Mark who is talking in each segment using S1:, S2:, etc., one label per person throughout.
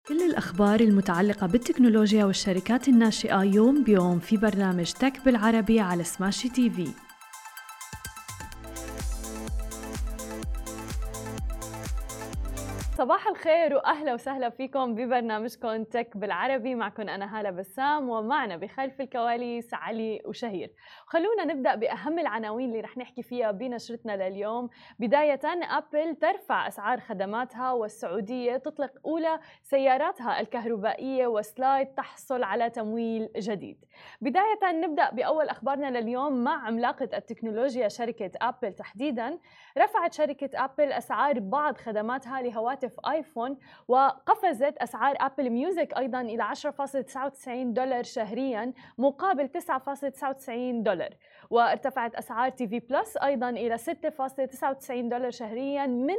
S1: كل الأخبار المتعلقة بالتكنولوجيا والشركات الناشئة يوم بيوم في برنامج تك بالعربي على سماشي تي في. صباح الخير وأهلا وسهلا فيكم ببرنامجكم تك بالعربي. معكم أنا هالة بسام، ومعنا بخلف الكواليس علي وشهير. خلونا نبدأ بأهم العناوين اللي رح نحكي فيها بنشرتنا لليوم. بداية، أبل ترفع أسعار خدماتها، والسعودية تطلق أولى سياراتها الكهربائية، وسلايد تحصل على تمويل جديد. بداية نبدأ بأول أخبارنا لليوم مع عملاقة التكنولوجيا شركة أبل تحديداً. رفعت شركة أبل أسعار بعض خدماتها لهواتف آيفون، وقفزت أسعار أبل ميوزك أيضاً إلى $10.99 شهرياً مقابل $9.99، وارتفعت أسعار تي في بلس أيضاً إلى $6.99 شهرياً من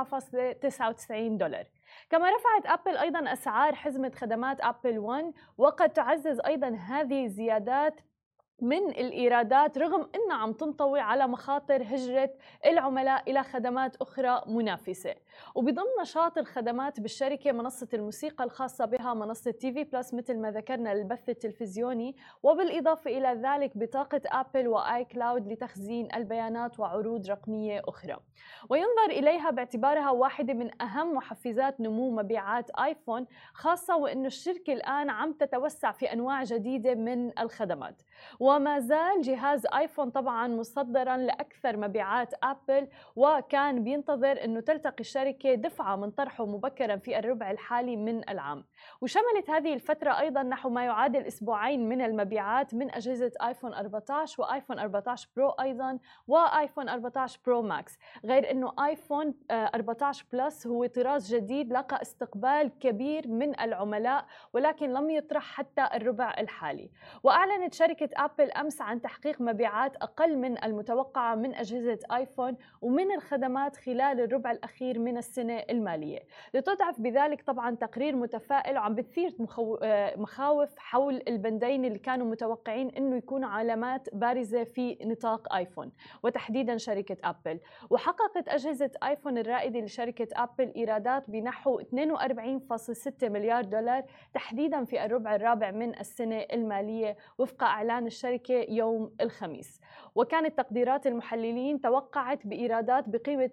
S1: $4.99. كما رفعت أبل أيضاً أسعار حزمة خدمات أبل ون، وقد تعزز أيضاً هذه الزيادات من الإيرادات رغم أنها عم تنطوي على مخاطر هجرة العملاء إلى خدمات أخرى منافسة. وبضم نشاط الخدمات بالشركة منصة الموسيقى الخاصة بها، منصة تي في بلس مثل ما ذكرنا للبث التلفزيوني، وبالإضافة إلى ذلك بطاقة أبل وآي كلاود لتخزين البيانات وعروض رقمية أخرى. وينظر إليها باعتبارها واحدة من أهم محفزات نمو مبيعات آيفون، خاصة وأن الشركة الآن عم تتوسع في أنواع جديدة من الخدمات. وما زال جهاز آيفون طبعاً مصدراً لأكثر مبيعات أبل، وكان بينتظر أنه تلتقي الشركة دفعة من طرحه مبكراً في الربع الحالي من العام. وشملت هذه الفترة أيضاً نحو ما يعادل أسبوعين من المبيعات من أجهزة آيفون 14 وآيفون 14 برو أيضاً، وآيفون 14 برو ماكس. غير أنه آيفون 14 بلس هو طراز جديد لقى استقبال كبير من العملاء، ولكن لم يطرح حتى الربع الحالي. وأعلنت شركة أبل أمس عن تحقيق مبيعات أقل من المتوقعة من أجهزة آيفون ومن الخدمات خلال الربع الأخير من السنة المالية، لتضعف بذلك طبعا تقرير متفائل وعم بتثير مخاوف حول البندين اللي كانوا متوقعين أنه يكونوا علامات بارزة في نطاق آيفون وتحديدا شركة أبل. وحققت أجهزة آيفون الرائدة لشركة أبل إيرادات بنحو 42.6 مليار دولار تحديدا في الربع الرابع من السنة المالية وفق إعلان الشركة يوم الخميس. وكانت تقديرات المحللين توقعت بإيرادات بقيمة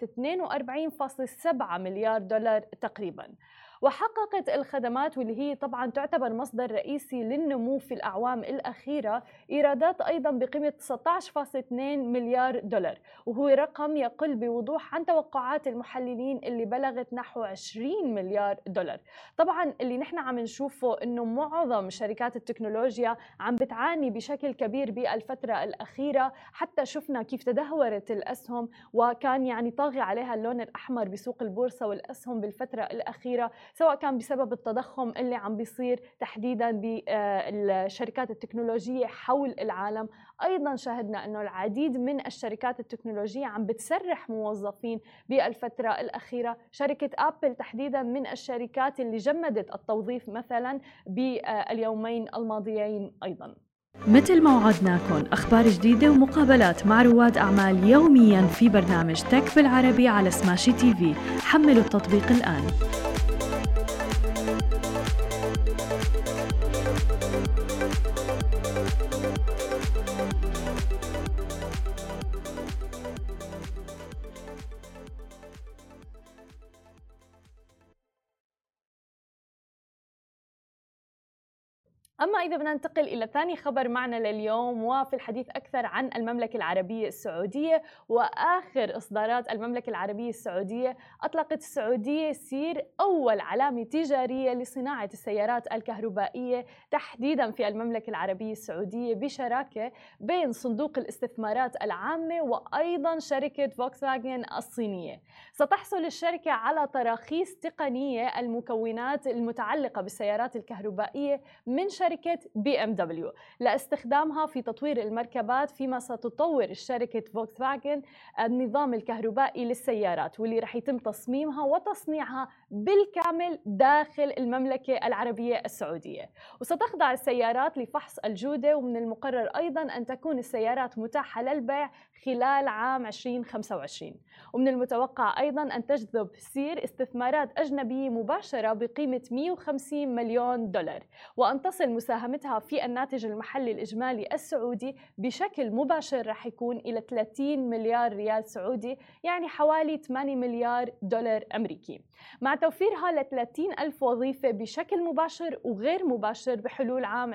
S1: 42.7 مليار دولار تقريباً. وحققت الخدمات واللي هي طبعاً تعتبر مصدر رئيسي للنمو في الأعوام الأخيرة إيرادات أيضاً بقيمة 19.2 مليار دولار، وهو رقم يقل بوضوح عن توقعات المحللين اللي بلغت نحو 20 مليار دولار. طبعاً اللي نحن عم نشوفه إنه معظم شركات التكنولوجيا عم بتعاني بشكل كبير بالفترة الأخيرة، حتى شفنا كيف تدهورت الأسهم وكان يعني طاغي عليها اللون الأحمر بسوق البورصة والأسهم بالفترة الأخيرة، سواء كان بسبب التضخم اللي عم بيصير تحديدا بالشركات التكنولوجية حول العالم. أيضا شاهدنا أنه العديد من الشركات التكنولوجية عم بتسرح موظفين بالفترة الأخيرة. شركة أبل تحديدا من الشركات اللي جمدت التوظيف مثلا باليومين الماضيين أيضا. مثل ما وعدناكم أخبار جديدة ومقابلات مع رواد أعمال يومياً في برنامج تك بالعربي على سماشي تي في. حملوا التطبيق الآن. أما إذا بدنا ننتقل إلى ثاني خبر معنا لليوم، وفي الحديث أكثر عن المملكة العربية السعودية وآخر إصدارات المملكة العربية السعودية. أطلقت السعودية سير أول علامة تجارية لصناعة السيارات الكهربائية تحديدا في المملكة العربية السعودية بشراكة بين صندوق الاستثمارات العامة وأيضا شركة فولكسواجن الصينية. ستحصل الشركة على تراخيص تقنية المكونات المتعلقة بالسيارات الكهربائية من شركة شركة BMW لاستخدامها في تطوير المركبات، فيما ستطور شركة فولكسفاجن النظام الكهربائي للسيارات، واللي رح يتم تصميمها وتصنيعها بالكامل داخل المملكة العربية السعودية. وستخضع السيارات لفحص الجودة، ومن المقرر أيضاً أن تكون السيارات متاحة للبيع خلال عام 2025. ومن المتوقع أيضاً أن تجذب سير استثمارات أجنبية مباشرة بقيمة 150 مليون دولار، وأن تصل مساهمتها في الناتج المحلي الإجمالي السعودي بشكل مباشر رح يكون إلى 30 مليار ريال سعودي، يعني حوالي 8 مليار دولار أمريكي، مع توفيرها ل 30 ألف وظيفة بشكل مباشر وغير مباشر بحلول عام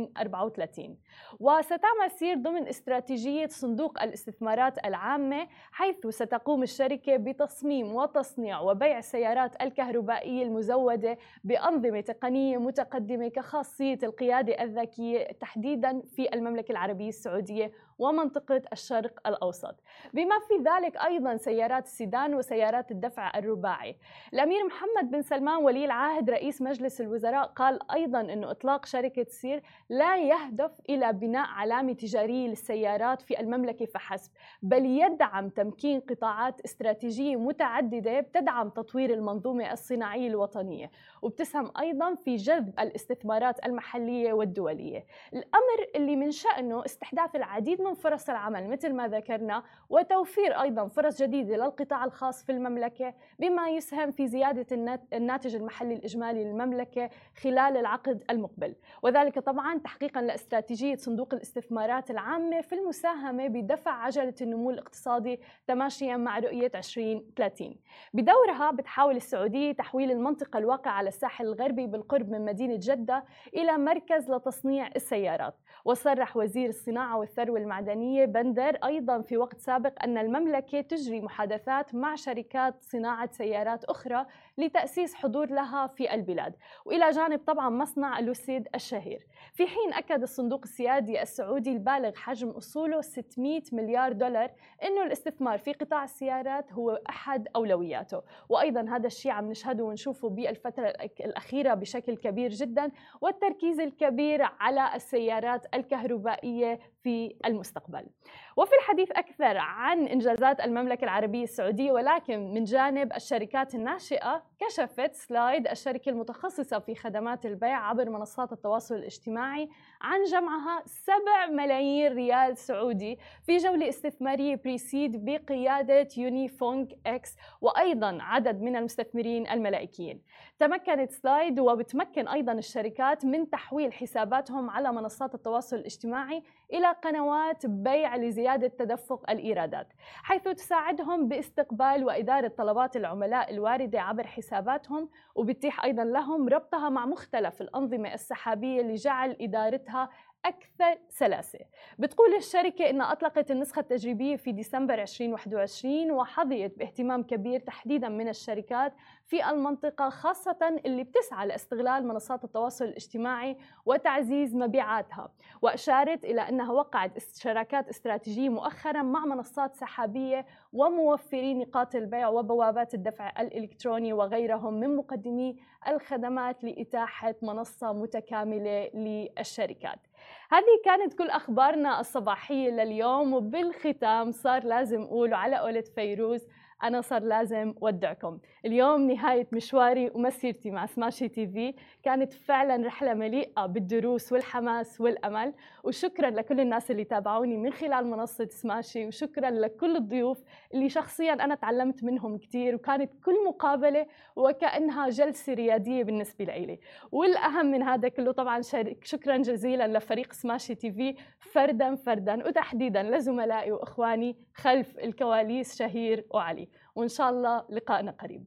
S1: 2034. وستعمل سير ضمن استراتيجية صندوق الاستثمارات العامة، حيث ستقوم الشركة بتصميم وتصنيع وبيع السيارات الكهربائية المزودة بأنظمة تقنية متقدمة كخاصية القيادة الذكية تحديداً في المملكة العربية السعودية ومنطقة الشرق الأوسط، بما في ذلك أيضاً سيارات السيدان وسيارات الدفع الرباعي. الأمير محمد بن سلمان ولي العهد رئيس مجلس الوزراء قال أيضاً أنه إطلاق شركة سير لا يهدف إلى بناء علامة تجارية للسيارات في المملكة فحسب، بل يدعم تمكين قطاعات استراتيجية متعددة بتدعم تطوير المنظومة الصناعية الوطنية، وبتسهم أيضاً في جذب الاستثمارات المحلية والدولية. الأمر اللي من شأنه استحداث العديد من فرص العمل مثل ما ذكرنا، وتوفير أيضاً فرص جديدة للقطاع الخاص في المملكة، بما يسهم في زيادة الناتج المحلي الإجمالي للمملكة خلال العقد المقبل، وذلك طبعاً تحقيقاً لاستراتيجية صندوق الاستثمارات العامة في المساهمة بدفع عجلة النمو الاقتصادي تماشياً مع رؤية 2030. بدورها بتحاول السعودية تحويل المنطقة الواقعة على الساحل الغربي بالقرب من مدينة جدة إلى مركز لتصنيع السيارات. وصرح وزير الصناعة والثروة المعدنية بندر أيضاً في وقت سابق أن المملكة تجري محادثات مع شركات صناعة سيارات أخرى لتأسيس حضور لها في البلاد، وإلى جانب طبعاً مصنع لوسيد الشهير. في حين أكد الصندوق السيادي السعودي البالغ حجم أصوله 600 مليار دولار أنه الاستثمار في قطاع السيارات هو أحد أولوياته، وأيضاً هذا الشيء عم نشهده ونشوفه بالفترة الأخيرة بشكل كبير جداً، والتركيز الكبير على السيارات الكهربائية في المستقبل. وفي الحديث أكثر عن إنجازات المملكة العربية السعودية ولكن من جانب الشركات الناشئة، كشفت سلايد الشركة المتخصصة في خدمات البيع عبر منصات التواصل الاجتماعي عن جمعها 7 ملايين ريال سعودي في جولة استثمارية بريسيد بقيادة يونيفونغ إكس وأيضاً عدد من المستثمرين الملائكيين. تمكنت سلايد وبتمكن أيضاً الشركات من تحويل حساباتهم على منصات التواصل الاجتماعي إلى قنوات بيع لزيادة تدفق الإيرادات، حيث تساعدهم باستقبال وإدارة طلبات العملاء الواردة عبر حساباتهم، وبتتيح أيضاً لهم ربطها مع مختلف الأنظمة السحابية لجعل إدارتها أكثر سلاسة. بتقول الشركة إنها أطلقت النسخة التجريبية في ديسمبر 2021 وحظيت باهتمام كبير تحديداً من الشركات في المنطقة، خاصة اللي بتسعى لاستغلال منصات التواصل الاجتماعي وتعزيز مبيعاتها. وأشارت إلى أنها وقعت شراكات استراتيجية مؤخراً مع منصات سحابية وموفري نقاط البيع وبوابات الدفع الإلكتروني وغيرهم من مقدمي الخدمات لإتاحة منصة متكاملة للشركات. هذه كانت كل أخبارنا الصباحية لليوم، وبالختام صار لازم أقول على قولة فيروز أنا صار لازم ودعكم. اليوم نهاية مشواري ومسيرتي مع سماشي تي في، كانت فعلا رحلة مليئة بالدروس والحماس والأمل، وشكرا لكل الناس اللي تابعوني من خلال منصة سماشي، وشكرا لكل الضيوف اللي شخصيا أنا تعلمت منهم كتير، وكانت كل مقابلة وكأنها جلسة ريادية بالنسبة لي. والأهم من هذا كله طبعا شكرا جزيلا لفريق سماشي تي في فردا فردا، وتحديدا لزملائي وإخواني خلف الكواليس شهير وعلي، وإن شاء الله لقائنا قريب.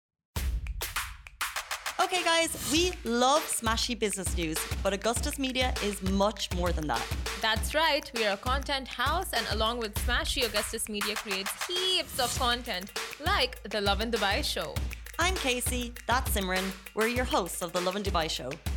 S2: Okay guys, we love smashy business news, but Augustus Media is much more than that.
S3: That's right, we are a content house, and along with Smashy, Augustus Media creates heaps of content, like the Lovin Dubai Show.
S2: I'm Casey, that's Simran, we're your hosts of the Lovin Dubai Show.